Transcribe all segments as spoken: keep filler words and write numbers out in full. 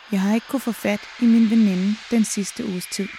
Jeg har ikke kunnet få fat i min veninde den sidste uges tid.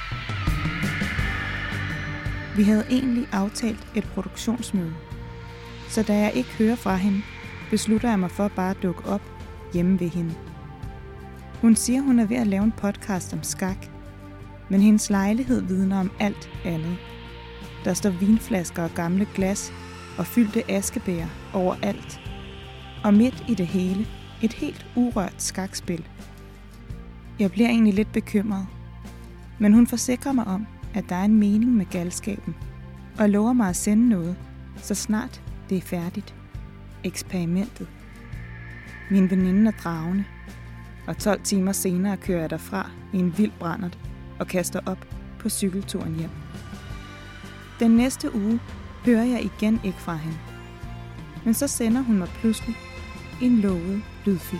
Vi havde egentlig aftalt et produktionsmøde, så da jeg ikke hører fra hende, beslutter jeg mig for bare at dukke op hjemme ved hende. Hun siger, hun er ved at lave en podcast om skak, men hendes lejlighed vidner om alt andet. Der står vinflasker og gamle glas og fyldte askebæger overalt. Og midt i det hele, et helt urørt skakspil. Jeg bliver egentlig lidt bekymret, men hun forsikrer mig om, at der er en mening med galskaben, og lover mig at sende noget, så snart det er færdigt. Eksperimentet. Min veninde er dragende, og tolv timer senere kører jeg derfra i en vild brændert og kaster op på cykelturen hjem. Den næste uge hører jeg igen ikke fra hende, men så sender hun mig pludselig en lovet lydfil.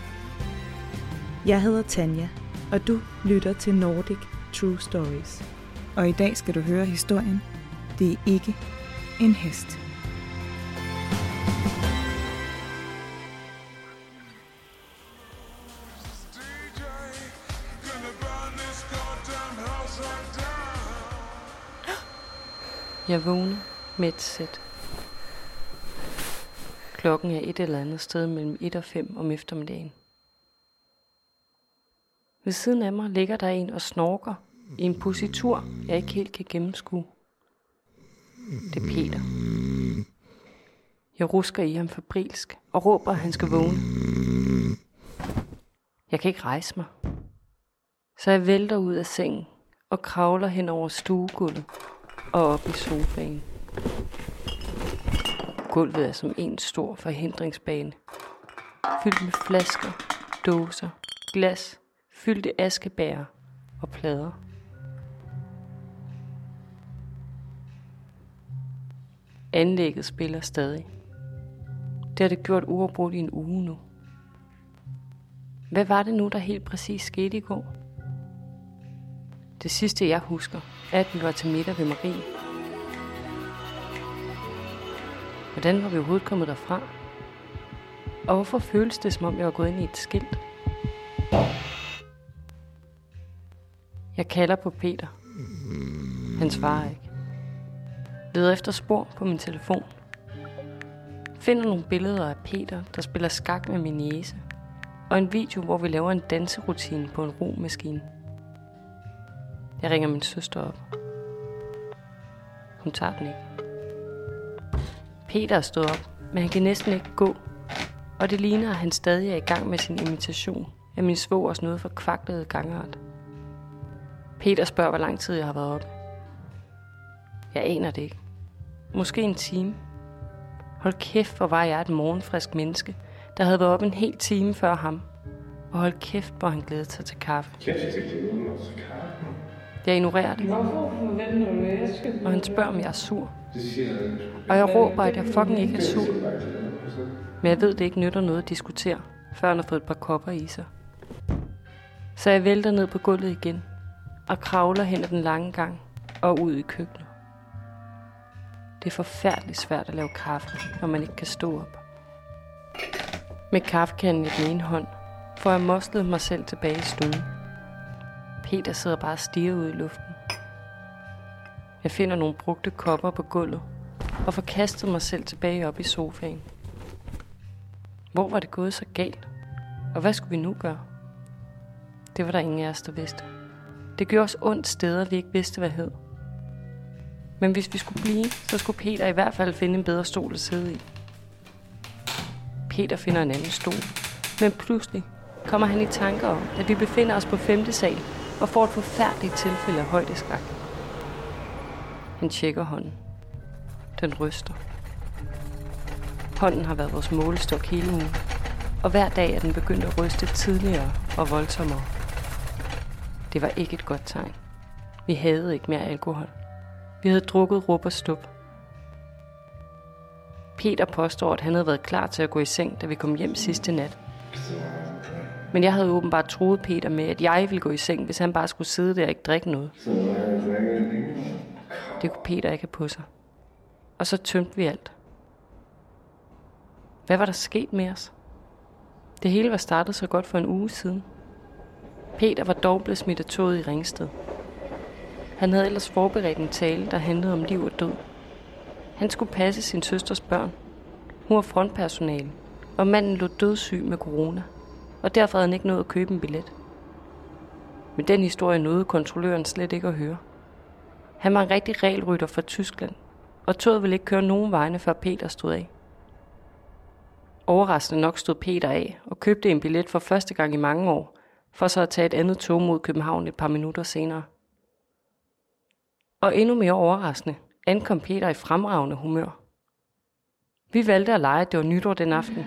Jeg hedder Tanja, og du lytter til Nordic True Stories. Og i dag skal du høre historien. Det er ikke en hest. Jeg vågner med et sæt. Klokken er et eller andet sted mellem et og fem om eftermiddagen. Ved siden af mig ligger der en og snorker i en positur, jeg ikke helt kan gennemskue. Det er Peter. Jeg rusker i ham febrilsk og råber, at han skal vågne. Jeg kan ikke rejse mig. Så jeg vælter ud af sengen og kravler hen over stuegulvet og op i sofaen. Gulvet er som en stor forhindringsbane, fyldt med flasker, dåser, glas, fyldte askebæger og plader. Anlægget spiller stadig. Det har det gjort uafbrudt i en uge nu. Hvad var det nu, der helt præcis skete i går? Det sidste jeg husker, er, at vi var til middag ved Marie. Hvordan var vi overhovedet kommet derfra? Og hvorfor føltes det, som om jeg var gået ind i et skilt? Jeg kalder på Peter. Han svarer ikke. Leder efter spor på min telefon. Finder nogle billeder af Peter, der spiller skak med min niece. Og en video, hvor vi laver en danserutine på en romaskine. Jeg ringer min søster op. Hun tager den ikke. Peter er stået op, men han kan næsten ikke gå. Og det ligner, at han stadig er i gang med sin imitation af min svogers noget forkvaklede gangart. Peter spørger, hvor lang tid jeg har været oppe. Jeg aner det ikke. Måske en time. Hold kæft, hvor var jeg et morgenfrisk menneske, der havde været oppe en hel time før ham. Og hold kæft, hvor han glædede sig til kaffe. Jeg ignorerer det. Og han spørger, om jeg er sur. Og jeg råber, at jeg fucking ikke er sur. Men jeg ved, det ikke nytter noget at diskutere, før han har fået et par kopper i sig. Så jeg vælter ned på gulvet igen og kravler hen ad den lange gang og ud i køkkenet. Det er forfærdeligt svært at lave kaffe, når man ikke kan stå op. Med kaffekanden i den ene hånd får jeg moslet mig selv tilbage i stuen. Peter sidder bare og stirrer ud i luften. Jeg finder nogle brugte kopper på gulvet og får kastet mig selv tilbage op i sofaen. Hvor var det gået så galt? Og hvad skulle vi nu gøre? Det var der ingen af os, der vidste. Det gjorde os ondt steder, vi ikke vidste, hvad hed. Men hvis vi skulle blive, så skulle Peter i hvert fald finde en bedre stol at sidde i. Peter finder en anden stol, men pludselig kommer han i tanker om, at vi befinder os på femte sal og får et forfærdeligt tilfælde af højdeskræk. Han tjekker hånden. Den ryster. Hånden har været vores målestok hele ugen, og hver dag er den begyndt at ryste tidligere og voldsommere. Det var ikke et godt tegn. Vi havde ikke mere alkohol. Vi havde drukket rup og stup. Peter påstår, at han havde været klar til at gå i seng, da vi kom hjem sidste nat. Men jeg havde åbenbart troet Peter med, at jeg ville gå i seng, hvis han bare skulle sidde der og ikke drikke noget. Det kunne Peter ikke have på sig. Og så tømte vi alt. Hvad var der sket med os? Det hele var startet så godt for en uge siden. Peter var dog blevet smidt af toget i Ringsted. Han havde ellers forberedt en tale, der handlede om liv og død. Han skulle passe sin søsters børn. Hun var frontpersonale, og manden lå dødssyg med corona, og derfor havde han ikke nået at købe en billet. Men den historie nåede kontrolløren slet ikke at høre. Han var en rigtig regelrytter fra Tyskland, og toget ville ikke køre nogen vegne, før Peter stod af. Overraskende nok stod Peter af og købte en billet for første gang i mange år, for så at tage et andet tog mod København et par minutter senere. Og endnu mere overraskende ankom Peter i fremragende humør. Vi valgte at lege, at det var nytår den aften.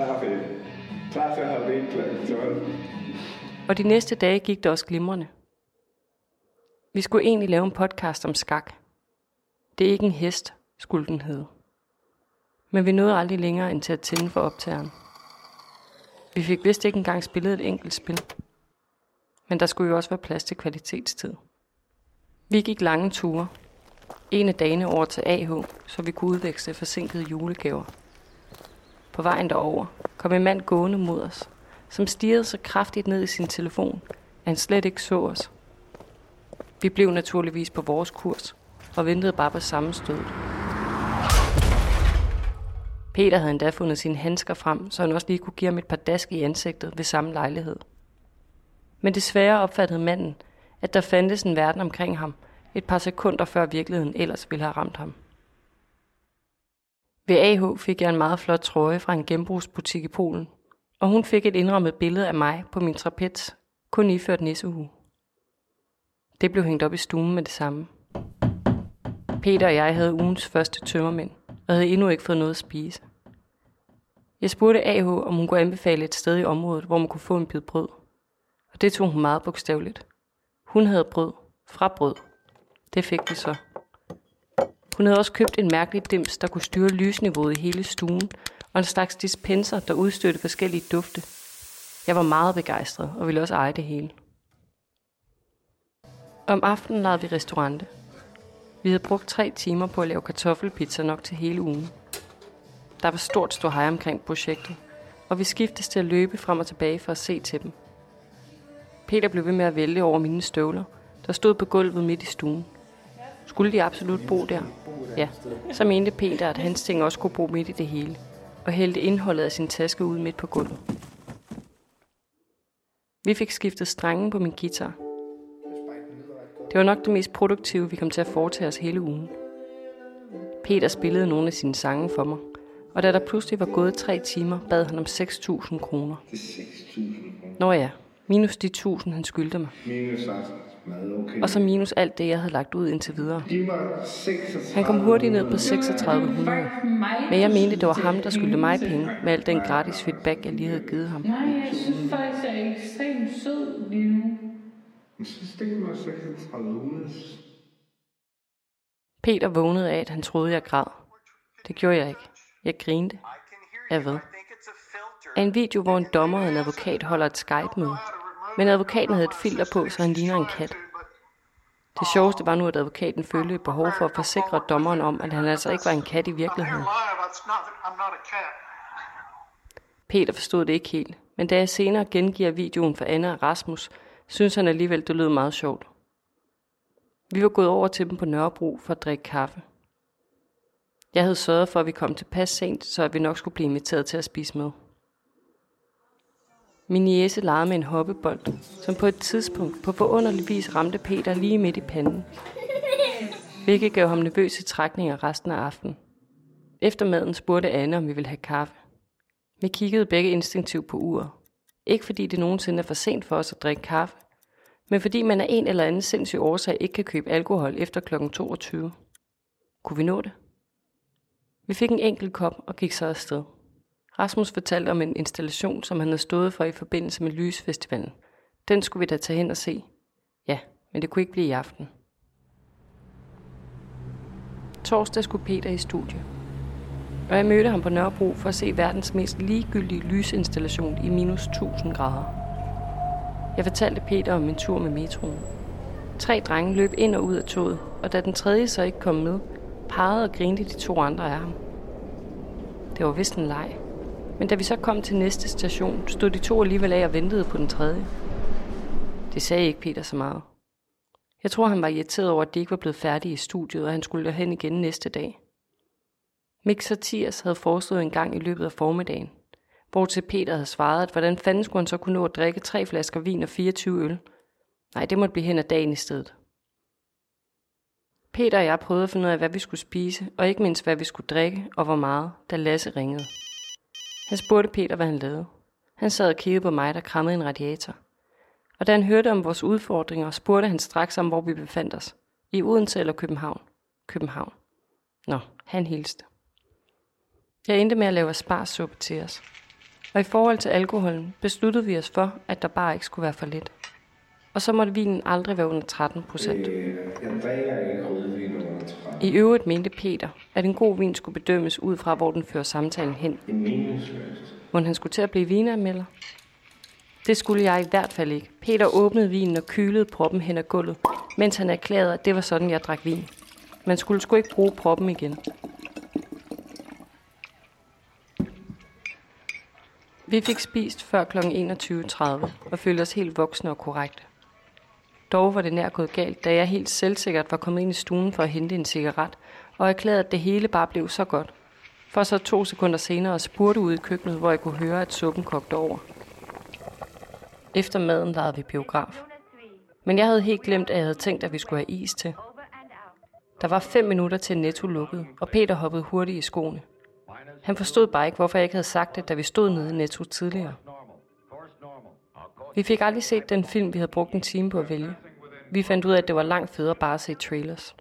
Og de næste dage gik det også glimrende. Vi skulle egentlig lave en podcast om skak. Det er ikke en hest, skulle den hedde. Men vi nåede aldrig længere end til at tænde for optageren. Vi fik vist ikke engang spillet et enkelt spil. Men der skulle jo også være plads til kvalitetstid. Vi gik lange ture. En af dagene over til A H, så vi kunne udveksle forsinkede julegaver. På vejen derover kom en mand gående mod os, som stirrede så kraftigt ned i sin telefon, at han slet ikke så os. Vi blev naturligvis på vores kurs og ventede bare på sammenstødet. Peter havde endda fundet sine handsker frem, så han også lige kunne give ham et par dask i ansigtet ved samme lejlighed. Men desværre opfattede manden, at der fandtes en verden omkring ham, et par sekunder før virkeligheden ellers ville have ramt ham. Ved A H fik jeg en meget flot trøje fra en genbrugsbutik i Polen, og hun fik et indrammet billede af mig på min trapez, kun iført nissehue. Det blev hængt op i stuen med det samme. Peter og jeg havde ugens første tømmermænd, og havde endnu ikke fået noget at spise. Jeg spurgte A H, om hun kunne anbefale et sted i området, hvor man kunne få en bid brød. Og det tog hun meget bogstaveligt. Hun havde brød fra brød. Det fik vi så. Hun havde også købt en mærkelig dims, der kunne styre lysniveauet i hele stuen, og en slags dispenser, der udstødte forskellige dufte. Jeg var meget begejstret og ville også eje det hele. Om aftenen lavede vi restaurante. Vi havde brugt tre timer på at lave kartoffelpizza nok til hele ugen. Der var stort ståhej omkring projektet, og vi skiftes til at løbe frem og tilbage for at se til dem. Peter blev ved med at vælge over mine støvler, der stod på gulvet midt i stuen. Skulle de absolut bo der? Ja, så mente Peter, at hans ting også kunne bo midt i det hele, og hældte indholdet af sin taske ud midt på gulvet. Vi fik skiftet strengen på min guitar. Det var nok det mest produktive, vi kom til at foretage os hele ugen. Peter spillede nogle af sine sange for mig, og da der pludselig var gået tre timer, bad han om seks tusind kroner. Nå ja, minus de tusind, han skyldte mig. Og så minus alt det, jeg havde lagt ud indtil videre. Han kom hurtigt ned på seksogtredive hundrede. Men jeg mente, det var ham, der skyldte mig penge, med al den gratis feedback, jeg lige havde givet ham. Nej, jeg synes faktisk, jeg er ekstremt sød lige nu. Så stikker mig seksogtredive hundrede. Peter vågnede af, at han troede, jeg græd. Det gjorde jeg ikke. Jeg grinte. Af hvad? Af en video, hvor en dommer og en advokat holder et Skype-møde. Men advokaten havde et filter på, så han ligner en kat. Det sjoveste var nu, at advokaten følte et behov for at forsikre dommeren om, at han altså ikke var en kat i virkeligheden. Peter forstod det ikke helt, men da jeg senere gengiver videoen for Anna og Rasmus, synes han alligevel, det lød meget sjovt. Vi var gået over til dem på Nørrebro for at drikke kaffe. Jeg havde sørget for, at vi kom tilpas sent, så at vi nok skulle blive inviteret til at spise med. Min niece legede med en hoppebold, som på et tidspunkt på forunderlig vis ramte Peter lige midt i panden. Hvilket gav ham nervøse trækninger resten af aftenen. Efter maden spurgte Anne, om vi ville have kaffe. Vi kiggede begge instinktivt på uret. Ikke fordi det nogensinde er for sent for os at drikke kaffe, men fordi man af en eller anden sindssyg årsag ikke kan købe alkohol efter klokken toogtyve. Kunne vi nå det? Vi fik en enkelt kop og gik så afsted. Rasmus fortalte om en installation, som han havde stået for i forbindelse med Lysfestivalen. Den skulle vi da tage hen og se. Ja, men det kunne ikke blive i aften. Torsdag skulle Peter i studie. Og jeg mødte ham på Nørrebro for at se verdens mest ligegyldige lysinstallation i minus tusind grader. Jeg fortalte Peter om min tur med metroen. Tre drenge løb ind og ud af toget, og da den tredje så ikke kom med, pegede og grinte de to andre af ham. Det var vist en leg. Men da vi så kom til næste station, stod de to alligevel af og ventede på den tredje. Det sagde ikke Peter så meget. Jeg tror, han var irriteret over, at de ikke var blevet færdige i studiet, og han skulle derhen igen næste dag. Mix og Thias havde foreslået en gang i løbet af formiddagen, hvor til Peter havde svaret, at hvordan fanden skulle han så kunne nå at drikke tre flasker vin og fireogtyve øl? Nej, det måtte blive hen ad dagen i stedet. Peter og jeg prøvede at finde ud af, hvad vi skulle spise, og ikke mindst, hvad vi skulle drikke, og hvor meget, da Lasse ringede. Han spurgte Peter, hvad han lavede. Han sad og kiggede på mig, der krammede en radiator. Og da han hørte om vores udfordringer, spurgte han straks om, hvor vi befandt os. I Odense eller København? København. Nå, han hilste. Jeg endte med at lave asparsuppe til os. Og i forhold til alkoholen besluttede vi os for, at der bare ikke skulle være for lidt. Og så måtte vinen aldrig være under tretten procent. Øh, jeg drikker ikke rødvin under tretten. I øvrigt mente Peter, at en god vin skulle bedømmes ud fra, hvor den fører samtalen hen. En meningsløst. Hvor han skulle til at blive vinanmelder. Det skulle jeg i hvert fald ikke. Peter åbnede vinen og kylede proppen hen ad gulvet, mens han erklærede, at det var sådan, jeg drak vin. Man skulle sgu ikke bruge proppen igen. Vi fik spist før klokken enogtyve tredive og følte os helt voksne og korrekte. Dog var det nær gået galt, da jeg helt selvsikkert var kommet ind i stuen for at hente en cigaret og erklærede, at det hele bare blev så godt. For så to sekunder senere og spurgte ud i køkkenet, hvor jeg kunne høre, at suppen kogte over. Efter maden legede vi biograf. Men jeg havde helt glemt, at jeg havde tænkt, at vi skulle have is til. Der var fem minutter til Netto lukkede, og Peter hoppede hurtigt i skoene. Han forstod bare ikke, hvorfor jeg ikke havde sagt det, da vi stod nede i Netto tidligere. Vi fik aldrig set den film, vi havde brugt en time på at vælge. Vi fandt ud af, at det var langt federe bare at se trailers.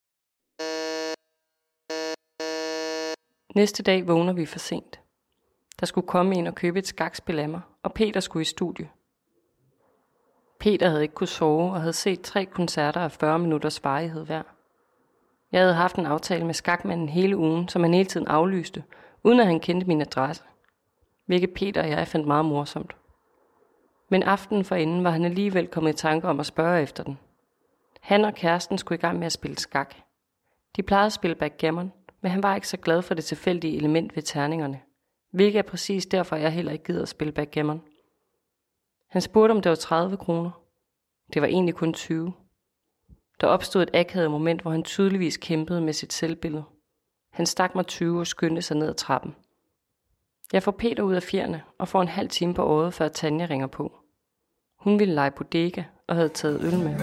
Næste dag vågner vi for sent. Der skulle komme en og købe et skakspil af mig, og Peter skulle i studie. Peter havde ikke kunnet sove og havde set tre koncerter af fyrre minutters varighed hver. Jeg havde haft en aftale med skakmanden hele ugen, som han hele tiden aflyste, uden at han kendte min adresse. Hvilket Peter og jeg fandt meget morsomt. Men aftenen forinden var han alligevel kommet i tanke om at spørge efter den. Han og kæresten skulle i gang med at spille skak. De plejede at spille backgammon, men han var ikke så glad for det tilfældige element ved terningerne. Hvilket er præcis derfor, jeg heller ikke gider at spille backgammon. Han spurgte, om det var tredive kroner. Det var egentlig kun tyve. Der opstod et akavet moment, hvor han tydeligvis kæmpede med sit selvbillede. Han stak mig tyve og skyndte sig ned ad trappen. Jeg får Peter ud af fjerne og får en halv time på året, før Tanja ringer på. Hun ville lege bodega og havde taget øl med.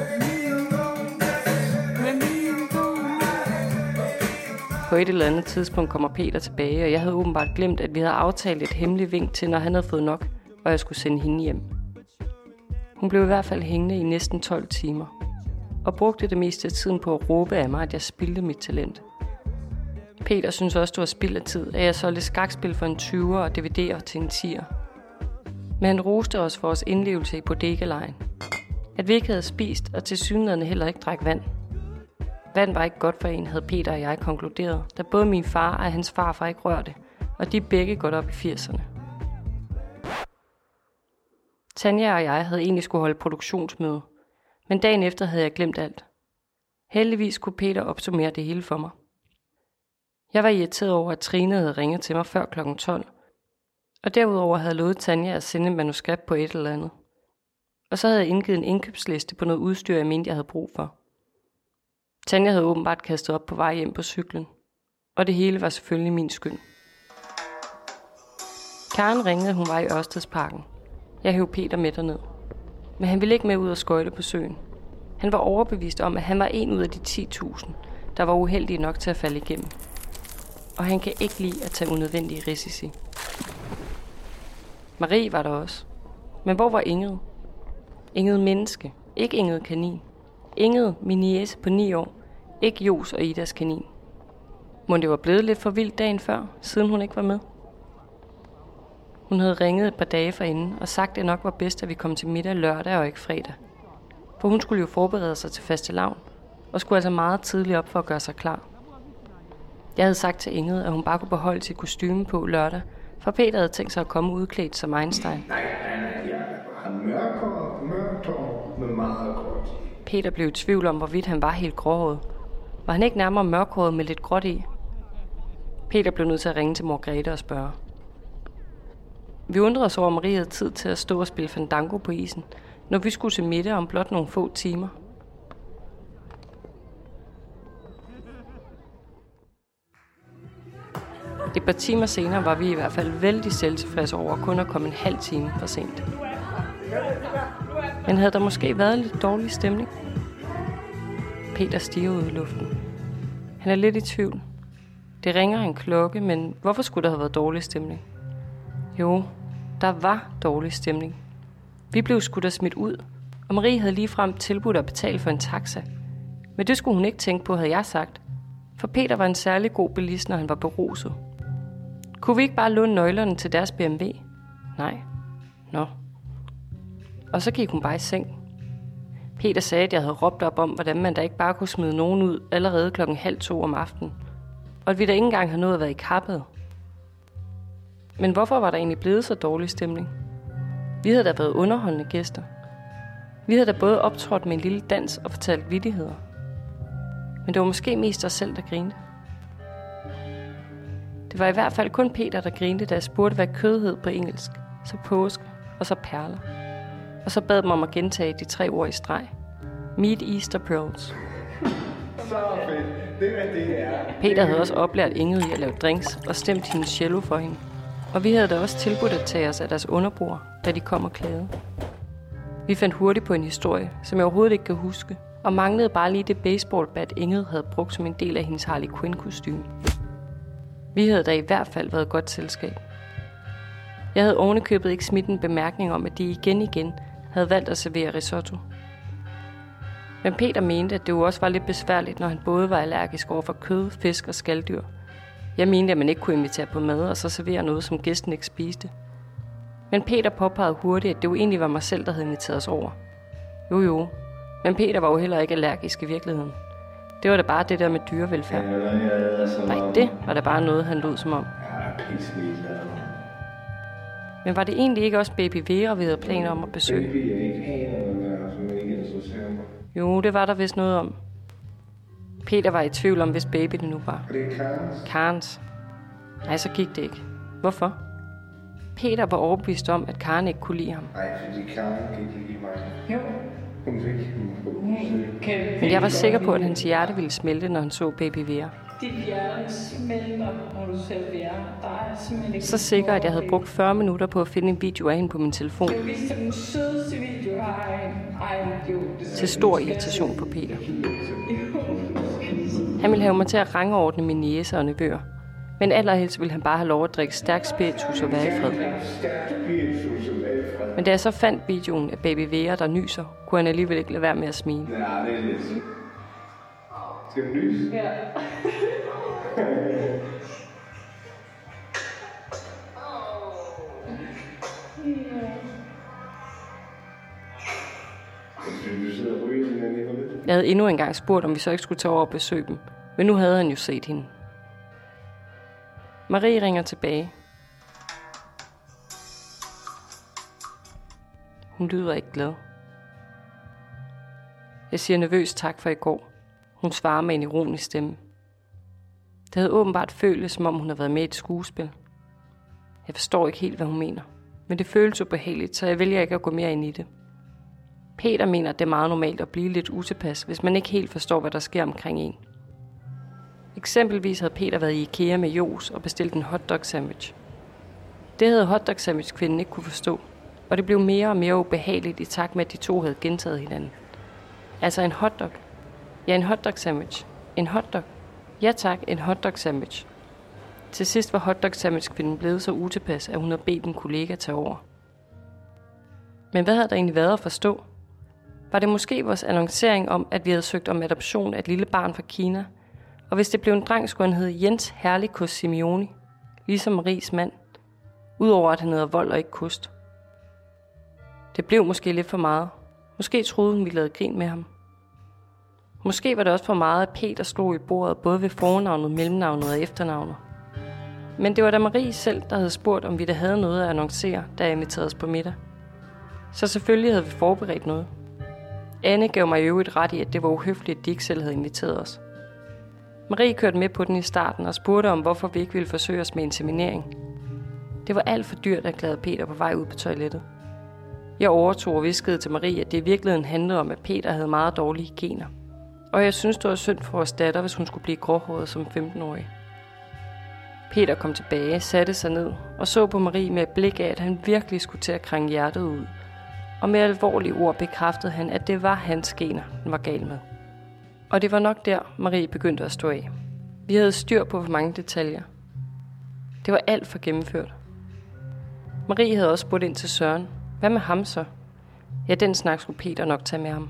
På et eller andet tidspunkt kommer Peter tilbage, og jeg havde åbenbart glemt, at vi havde aftalt et hemmeligt vink til, når han havde fået nok, og jeg skulle sende hende hjem. Hun blev i hvert fald hængende i næsten tolv timer, og brugte det meste af tiden på at råbe af mig, at jeg spildte mit talent. Peter synes også, det var spild af tid, at jeg solgte skakspil for en tyver og D V D'er til en tier. Men han roste os for vores indlevelse i bodega-lejen. At vi ikke havde spist, og tilsyneladende heller ikke drak vand. Vand var ikke godt for en, havde Peter og jeg konkluderet, da både min far og hans farfar ikke rørte, og de begge godt op i firserne. Tanja og jeg havde egentlig skulle holde produktionsmøde, men dagen efter havde jeg glemt alt. Heldigvis kunne Peter opsummere det hele for mig. Jeg var irriteret over, at Trine havde ringet til mig før klokken tolv, og derudover havde lovet Tanja at sende et manuskript på et eller andet. Og så havde jeg indgivet en indkøbsliste på noget udstyr, jeg mente, jeg havde brug for. Tanja havde åbenbart kastet op på vej hjem på cyklen, og det hele var selvfølgelig min skyld. Karen ringede, at hun var i Ørstedsparken. Jeg hævde Peter med derned. Men han ville ikke med ud og skøjte på søen. Han var overbevist om, at han var en ud af de ti tusind, der var uheldige nok til at falde igennem. Og han kan ikke lide at tage unødvendige risici. Marie var der også. Men hvor var Ingrid? Ingrid menneske, ikke Ingrid kanin. Ingrid, min niece på ni år, ikke Jos og Idas kanin. Mon det var blevet lidt for vildt dagen før, siden hun ikke var med? Hun havde ringet et par dage forinden og sagt, at det nok var bedst, at vi kom til middag lørdag og ikke fredag. For hun skulle jo forberede sig til fastelavn, og skulle altså meget tidligt op for at gøre sig klar. Jeg havde sagt til Ingrid, at hun bare kunne beholde sit kostume på lørdag, for Peter havde tænkt sig at komme udklædt som Einstein. Nej, nej, nej, jeg har mørkere, mørkt hår med meget gråt. Peter blev i tvivl om, hvorvidt han var helt gråhåret. Var han ikke nærmere mørkhåret med lidt gråt i? Peter blev nødt til at ringe til mor Grete og spørge. Vi undrede os over, at Marie havde tid til at stå og spille fandango på isen, når vi skulle til middag om blot nogle få timer. Et par timer senere var vi i hvert fald vældig selvtilfredse over kun at komme en halv time for sent. Men havde der måske været lidt dårlig stemning? Peter stirrer ud i luften. Han er lidt i tvivl. Det ringer en klokke, men hvorfor skulle der have været dårlig stemning? Jo, der var dårlig stemning. Vi blev sgu da smidt ud, og Marie havde ligefrem tilbudt at betale for en taxa. Men det skulle hun ikke tænke på, havde jeg sagt. For Peter var en særlig god bilist, når han var beruset. Kunne vi ikke bare låne nøglerne til deres B M W? Nej. Nå. Og så gik hun bare i seng. Peter sagde, at jeg havde råbt op om, hvordan man da ikke bare kunne smide nogen ud allerede klokken halv to om aftenen. Og at vi da ikke engang havde nået at være i kappet. Men hvorfor var der egentlig blevet så dårlig stemning? Vi havde da været underholdende gæster. Vi havde da både optrådt med en lille dans og fortalt vittigheder. Men det var måske mest os selv, der grinte. Det var i hvert fald kun Peter, der grinte, da jeg spurgte, hvad kød hed på engelsk, så påske og så perler. Og så bad dem om at gentage de tre ord i streg. Meat, Easter, Pearls. Så fedt. Det er det er. Peter havde også oplært Ingrid i at lave drinks og stemt hendes cello for hende. Og vi havde da også tilbudt at tage os af deres underbord, da de kom og klagede. Vi fandt hurtigt på en historie, som jeg overhovedet ikke kan huske, og manglede bare lige det baseballbat, Ingrid havde brugt som en del af hendes Harley Quinn-kostume. Vi havde da i hvert fald været godt selskab. Jeg havde ovenikøbet ikke smidt en bemærkning om, at de igen igen havde valgt at servere risotto. Men Peter mente, at det jo også var lidt besværligt, når han både var allergisk over for kød, fisk og skaldyr. Jeg mente, at man ikke kunne invitere på mad og så servere noget, som gæsten ikke spiste. Men Peter påpegede hurtigt, at det jo egentlig var mig selv, der havde inviteret os over. Jo jo, men Peter var jo heller ikke allergisk i virkeligheden. Det var da bare det der med dyrevelfærd. Nej, det var da bare noget, han lød som om. Men var det egentlig ikke også baby Vera, vi havde planer om at besøge? Jo, det var der vist noget om. Peter var i tvivl om, hvis baby det nu var. Karens. Nej, så gik det ikke. Hvorfor? Peter var overbevist om, at Karen ikke kunne lide ham. Nej, fordi Karen kan ikke lide mig. Jo. Hun fik hende. Men jeg var sikker på, at hans hjerte ville smelte, når han så baby Vera. Dit hjerte smelter, når du ser Vera. Der er simpelthen ikke... Så sikker, at jeg havde brugt fyrre minutter på at finde en video af hende på min telefon. Jeg viste den sødeste video af en. Ej, jo. Til stor irritation på Peter. Han ville have mig til at rangordne mine niece og nevøer. Men allerhelst ville han bare have lov at drikke stærk spiritus og være i fred. Men da jeg så fandt videoen af baby Vera, der nyser, kunne han alligevel ikke lade være med at smile. Ja, det er lidt. Skal du nyse? Ja. Jeg havde endnu engang spurgt, om vi så ikke skulle tage over og besøge dem. Men nu havde han jo set hende. Marie ringer tilbage. Hun lyder ikke glad. Jeg siger nervøst tak for i går. Hun svarer med en ironisk stemme. Det havde åbenbart føltes, som om hun havde været med i et skuespil. Jeg forstår ikke helt, hvad hun mener. Men det føles ubehageligt, så jeg vælger ikke at gå mere ind i det. Peter mener, at det er meget normalt at blive lidt utilpas, hvis man ikke helt forstår, hvad der sker omkring en. Eksempelvis havde Peter været i IKEA med Jos og bestilt en hotdog sandwich. Det havde hotdog sandwich kvinden ikke kunne forstå, og det blev mere og mere ubehageligt i takt med, at de to havde gentaget hinanden. Altså en hotdog. Ja, en hotdog sandwich. En hotdog. Ja tak, en hotdog sandwich. Til sidst var hotdog sandwich kvinden blevet så utilpas, at hun havde bedt en kollega tage over. Men hvad havde der egentlig været at forstå? Var det måske vores annoncering om, at vi havde søgt om adoption af et lille barn fra Kina? Og hvis det blev en dreng, skulle han hedde Jens Herlikos Simeoni, ligesom Maries mand, udover at han hedder Vold og ikke Kost. Det blev måske lidt for meget. Måske troede hun, vi lavede grin med ham. Måske var det også for meget, at Peter slog i bordet både ved fornavnet, mellemnavnet og efternavnet. Men det var da Marie selv, der havde spurgt, om vi da havde noget at annoncere, da jeg inviterede os på middag. Så selvfølgelig havde vi forberedt noget. Anne gav mig i øvrigt ret i, at det var uhøfligt, at de ikke selv havde inviteret os. Marie kørte med på den i starten og spurgte om, hvorfor vi ikke ville forsøge os med inseminering. Det var alt for dyrt at glade Peter på vej ud på toilettet. Jeg overtog og viskede til Marie, at det i virkeligheden handlede om, at Peter havde meget dårlige gener. Og jeg synes, det var synd for vores datter, hvis hun skulle blive gråhåret som femten-årig. Peter kom tilbage, satte sig ned og så på Marie med et blik af, at han virkelig skulle til at krænge hjertet ud. Og med alvorlige ord bekræftede han, at det var hans gener, den var gal med. Og det var nok der, Marie begyndte at stå af. Vi havde styr på for mange detaljer. Det var alt for gennemført. Marie havde også spurgt ind til Søren. Hvad med ham så? Ja, den snak skulle Peter nok tage med ham.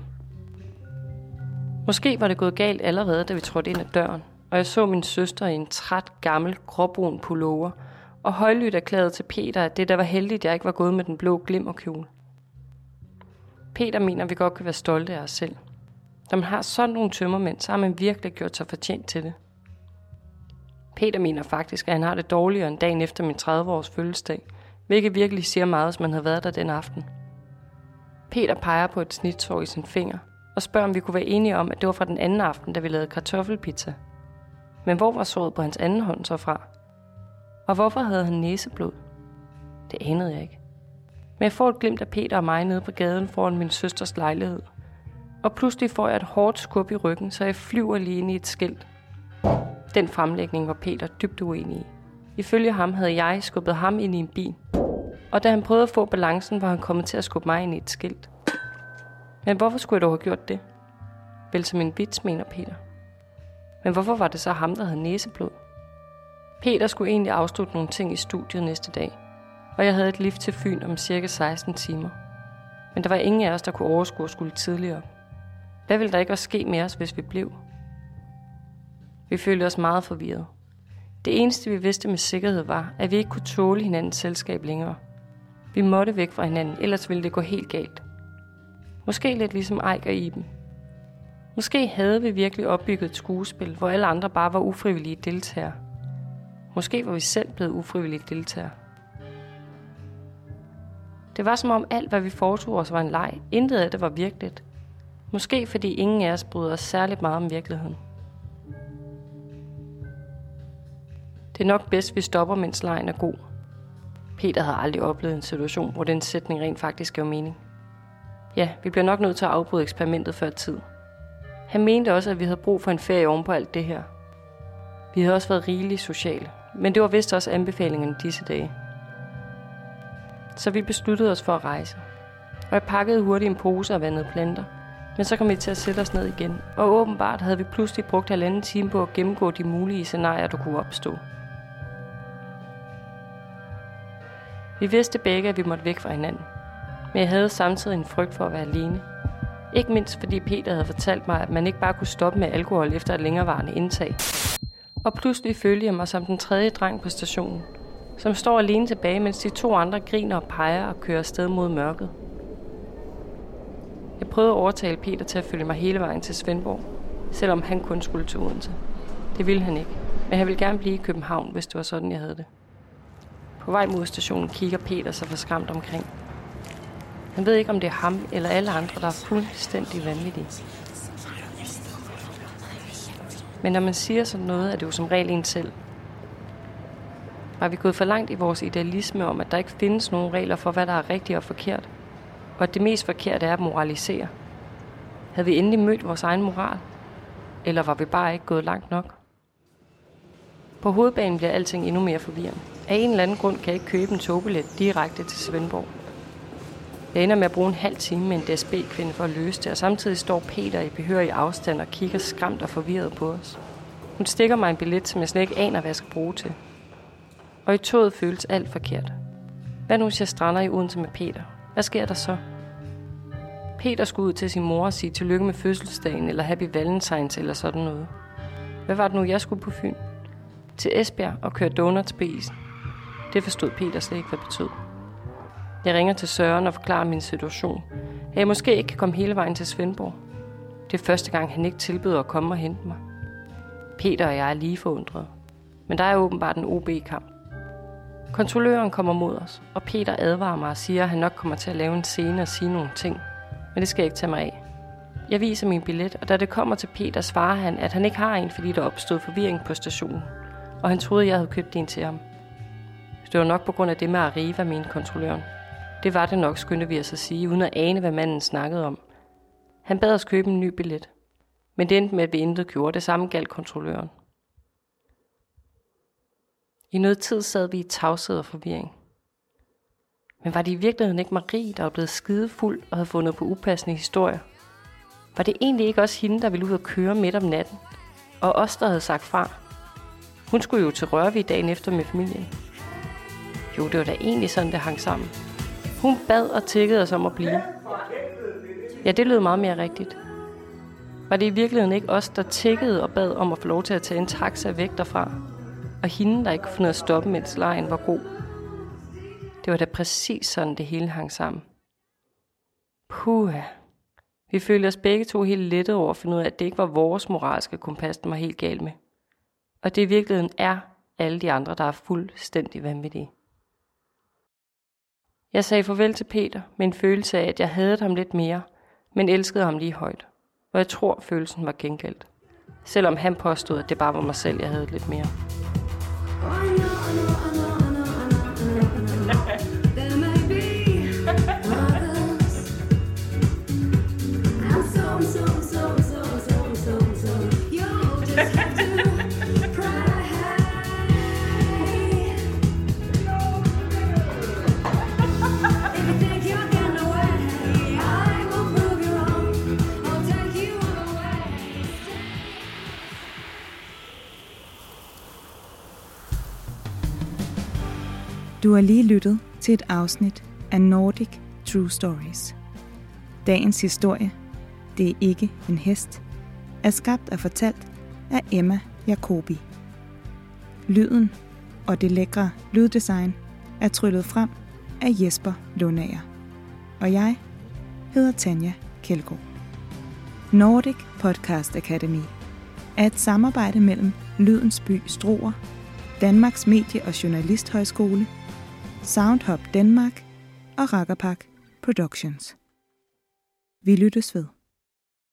Måske var det gået galt allerede, da vi trådte ind ad døren, og jeg så min søster i en træt, gammel, gråbrun pullover, og højlydt erklærede til Peter, at det der var heldigt, at jeg ikke var gået med den blå glimmerkjole. Peter mener, at vi godt kan være stolte af os selv. Når man har sådan nogle tømmermænd, så har man virkelig gjort sig fortjent til det. Peter mener faktisk, at han har det dårligere end dagen efter min tredive-års fødselsdag, hvilket virkelig siger meget, hvis man havde været der den aften. Peter peger på et snitsår i sin finger, og spørger, om vi kunne være enige om, at det var fra den anden aften, da vi lavede kartoffelpizza. Men hvor var såret på hans anden hånd så fra? Og hvorfor havde han næseblod? Det anede jeg ikke. Men jeg får et glimt af Peter og mig nede på gaden foran min søsters lejlighed. Og pludselig får jeg et hårdt skub i ryggen, så jeg flyver lige ind i et skilt. Den fremlægning var Peter dybt uenig i. Ifølge ham havde jeg skubbet ham ind i en bil. Og da han prøvede at få balancen, var han kommet til at skubbe mig ind i et skilt. Men hvorfor skulle jeg dog have gjort det? Vel som en vits, mener Peter. Men hvorfor var det så ham, der havde næseblod? Peter skulle egentlig afslutte nogle ting i studiet næste dag, og jeg havde et lift til Fyn om cirka seksten timer. Men der var ingen af os, der kunne overskue at skulle tidligere. Hvad ville der ikke også ske med os, hvis vi blev? Vi følte os meget forvirret. Det eneste, vi vidste med sikkerhed, var, at vi ikke kunne tåle hinandens selskab længere. Vi måtte væk fra hinanden, ellers ville det gå helt galt. Måske lidt ligesom Eik og Iben. Måske havde vi virkelig opbygget et skuespil, hvor alle andre bare var ufrivillige deltagere. Måske var vi selv blevet ufrivillige deltagere. Det var som om alt, hvad vi foretog os, var en leg. Intet af det var virkeligt. Måske fordi ingen af os bryder os særligt meget om virkeligheden. Det er nok bedst, vi stopper, mens legen er god. Peter havde aldrig oplevet en situation, hvor den sætning rent faktisk gav mening. Ja, vi bliver nok nødt til at afbryde eksperimentet før tid. Han mente også, at vi havde brug for en ferie oven på alt det her. Vi havde også været rigeligt sociale, men det var vist også anbefalingerne disse dage. Så vi besluttede os for at rejse. Og jeg pakkede hurtigt en pose og vandede planter, men så kom vi til at sætte os ned igen, og åbenbart havde vi pludselig brugt halvanden time på at gennemgå de mulige scenarier, der kunne opstå. Vi vidste begge, at vi måtte væk fra hinanden, men jeg havde samtidig en frygt for at være alene. Ikke mindst fordi Peter havde fortalt mig, at man ikke bare kunne stoppe med alkohol efter et længerevarende indtag. Og pludselig følte jeg mig som den tredje dreng på stationen, som står alene tilbage, mens de to andre griner og peger og kører afsted mod mørket. Jeg prøvede at overtale Peter til at følge mig hele vejen til Svendborg, selvom han kun skulle til Odense. Det ville han ikke, men han ville gerne blive i København, hvis det var sådan, jeg havde det. På vej mod stationen kigger Peter sig forskræmt omkring. Han ved ikke, om det er ham eller alle andre, der er fuldstændig vanvittige. Men når man siger sådan noget, er det jo som regel en selv. Var vi gået for langt i vores idealisme om, at der ikke findes nogen regler for, hvad der er rigtigt og forkert, og at det mest forkerte er at moralisere? Havde vi endelig mødt vores egen moral? Eller var vi bare ikke gået langt nok? På hovedbanen bliver alting endnu mere forvirrende. Af en eller anden grund kan jeg ikke købe en togbillet direkte til Svendborg. Jeg ender med at bruge en halv time med en D S B-kvinde for at løse det, og samtidig står Peter i behørig afstand og kigger skræmt og forvirret på os. Hun stikker mig en billet, som jeg slet ikke aner, hvad jeg skal bruge til. Og i toget føles alt forkert. Hvad nu, hvis jeg strander i Odense med Peter? Hvad sker der så? Peter skulle ud til sin mor og sige tillykke med fødselsdagen, eller Happy Valentines, eller sådan noget. Hvad var det nu, jeg skulle på Fyn? Til Esbjerg og køre donuts på isen. Det forstod Peter slet ikke, hvad det betød. Jeg ringer til Søren og forklarer min situation. At jeg måske ikke kan komme hele vejen til Svendborg. Det er første gang, han ikke tilbyder at komme og hente mig. Peter og jeg er lige forundrede. Men der er åbenbart en O B-kamp. Kontrolløren kommer mod os, og Peter advarer mig og siger, at han nok kommer til at lave en scene og sige nogle ting. Men det skal jeg ikke tage mig af. Jeg viser min billet, og da det kommer til Peter, svarer han, at han ikke har en, fordi der opstod forvirring på stationen. Og han troede, jeg havde købt en til ham. Det var nok på grund af det med Arriva, mente kontrolløren. Det var det nok, skyndte vi os at sige, uden at ane, hvad manden snakkede om. Han bad os købe en ny billet. Men det endte med, at vi intet gjorde. Det samme galt kontrolløren. I noget tid sad vi i tavshed og forvirring. Men var det i virkeligheden ikke Marie, der var blevet skidefuld og havde fundet på upassende historier? Var det egentlig ikke også hende, der ville ud og køre midt om natten? Og os, der havde sagt fra? Hun skulle jo til Rørvig dagen efter med familien. Jo, det var da egentlig sådan, det hang sammen. Hun bad og tiggede os om at blive. Ja, det lød meget mere rigtigt. Var det i virkeligheden ikke os, der tiggede og bad om at få lov til at tage en taxa væk derfra? Og hende, der ikke kunne finde at stoppe, mens lejen var god? Det var da præcis sådan, det hele hang sammen. Puha. Vi følte os begge to helt lettet over at finde ud af, at det ikke var vores moralske kompas, der var helt galt med. Og det i virkeligheden er alle de andre, der er fuldstændig vanvittige. Jeg sagde farvel til Peter med en følelse af, at jeg havde ham lidt mere, men elskede ham lige højt. Og jeg tror, følelsen var gengældt. Selvom han påstod, at det bare var mig selv, jeg havde lidt mere. Du har lige lyttet til et afsnit af Nordic True Stories. Dagens historie, Det er ikke en hest, er skabt og fortalt af Emma Jacobi. Lyden og det lækre lyddesign er tryllet frem af Jesper Lundager. Og jeg hedder Tanja Kjeldgaard. Nordic Podcast Academy er et samarbejde mellem Lydens By Struer, Danmarks Medie- og Journalisthøjskole, Soundhop Danmark og Rakkerpak Productions. Vi lyttes ved.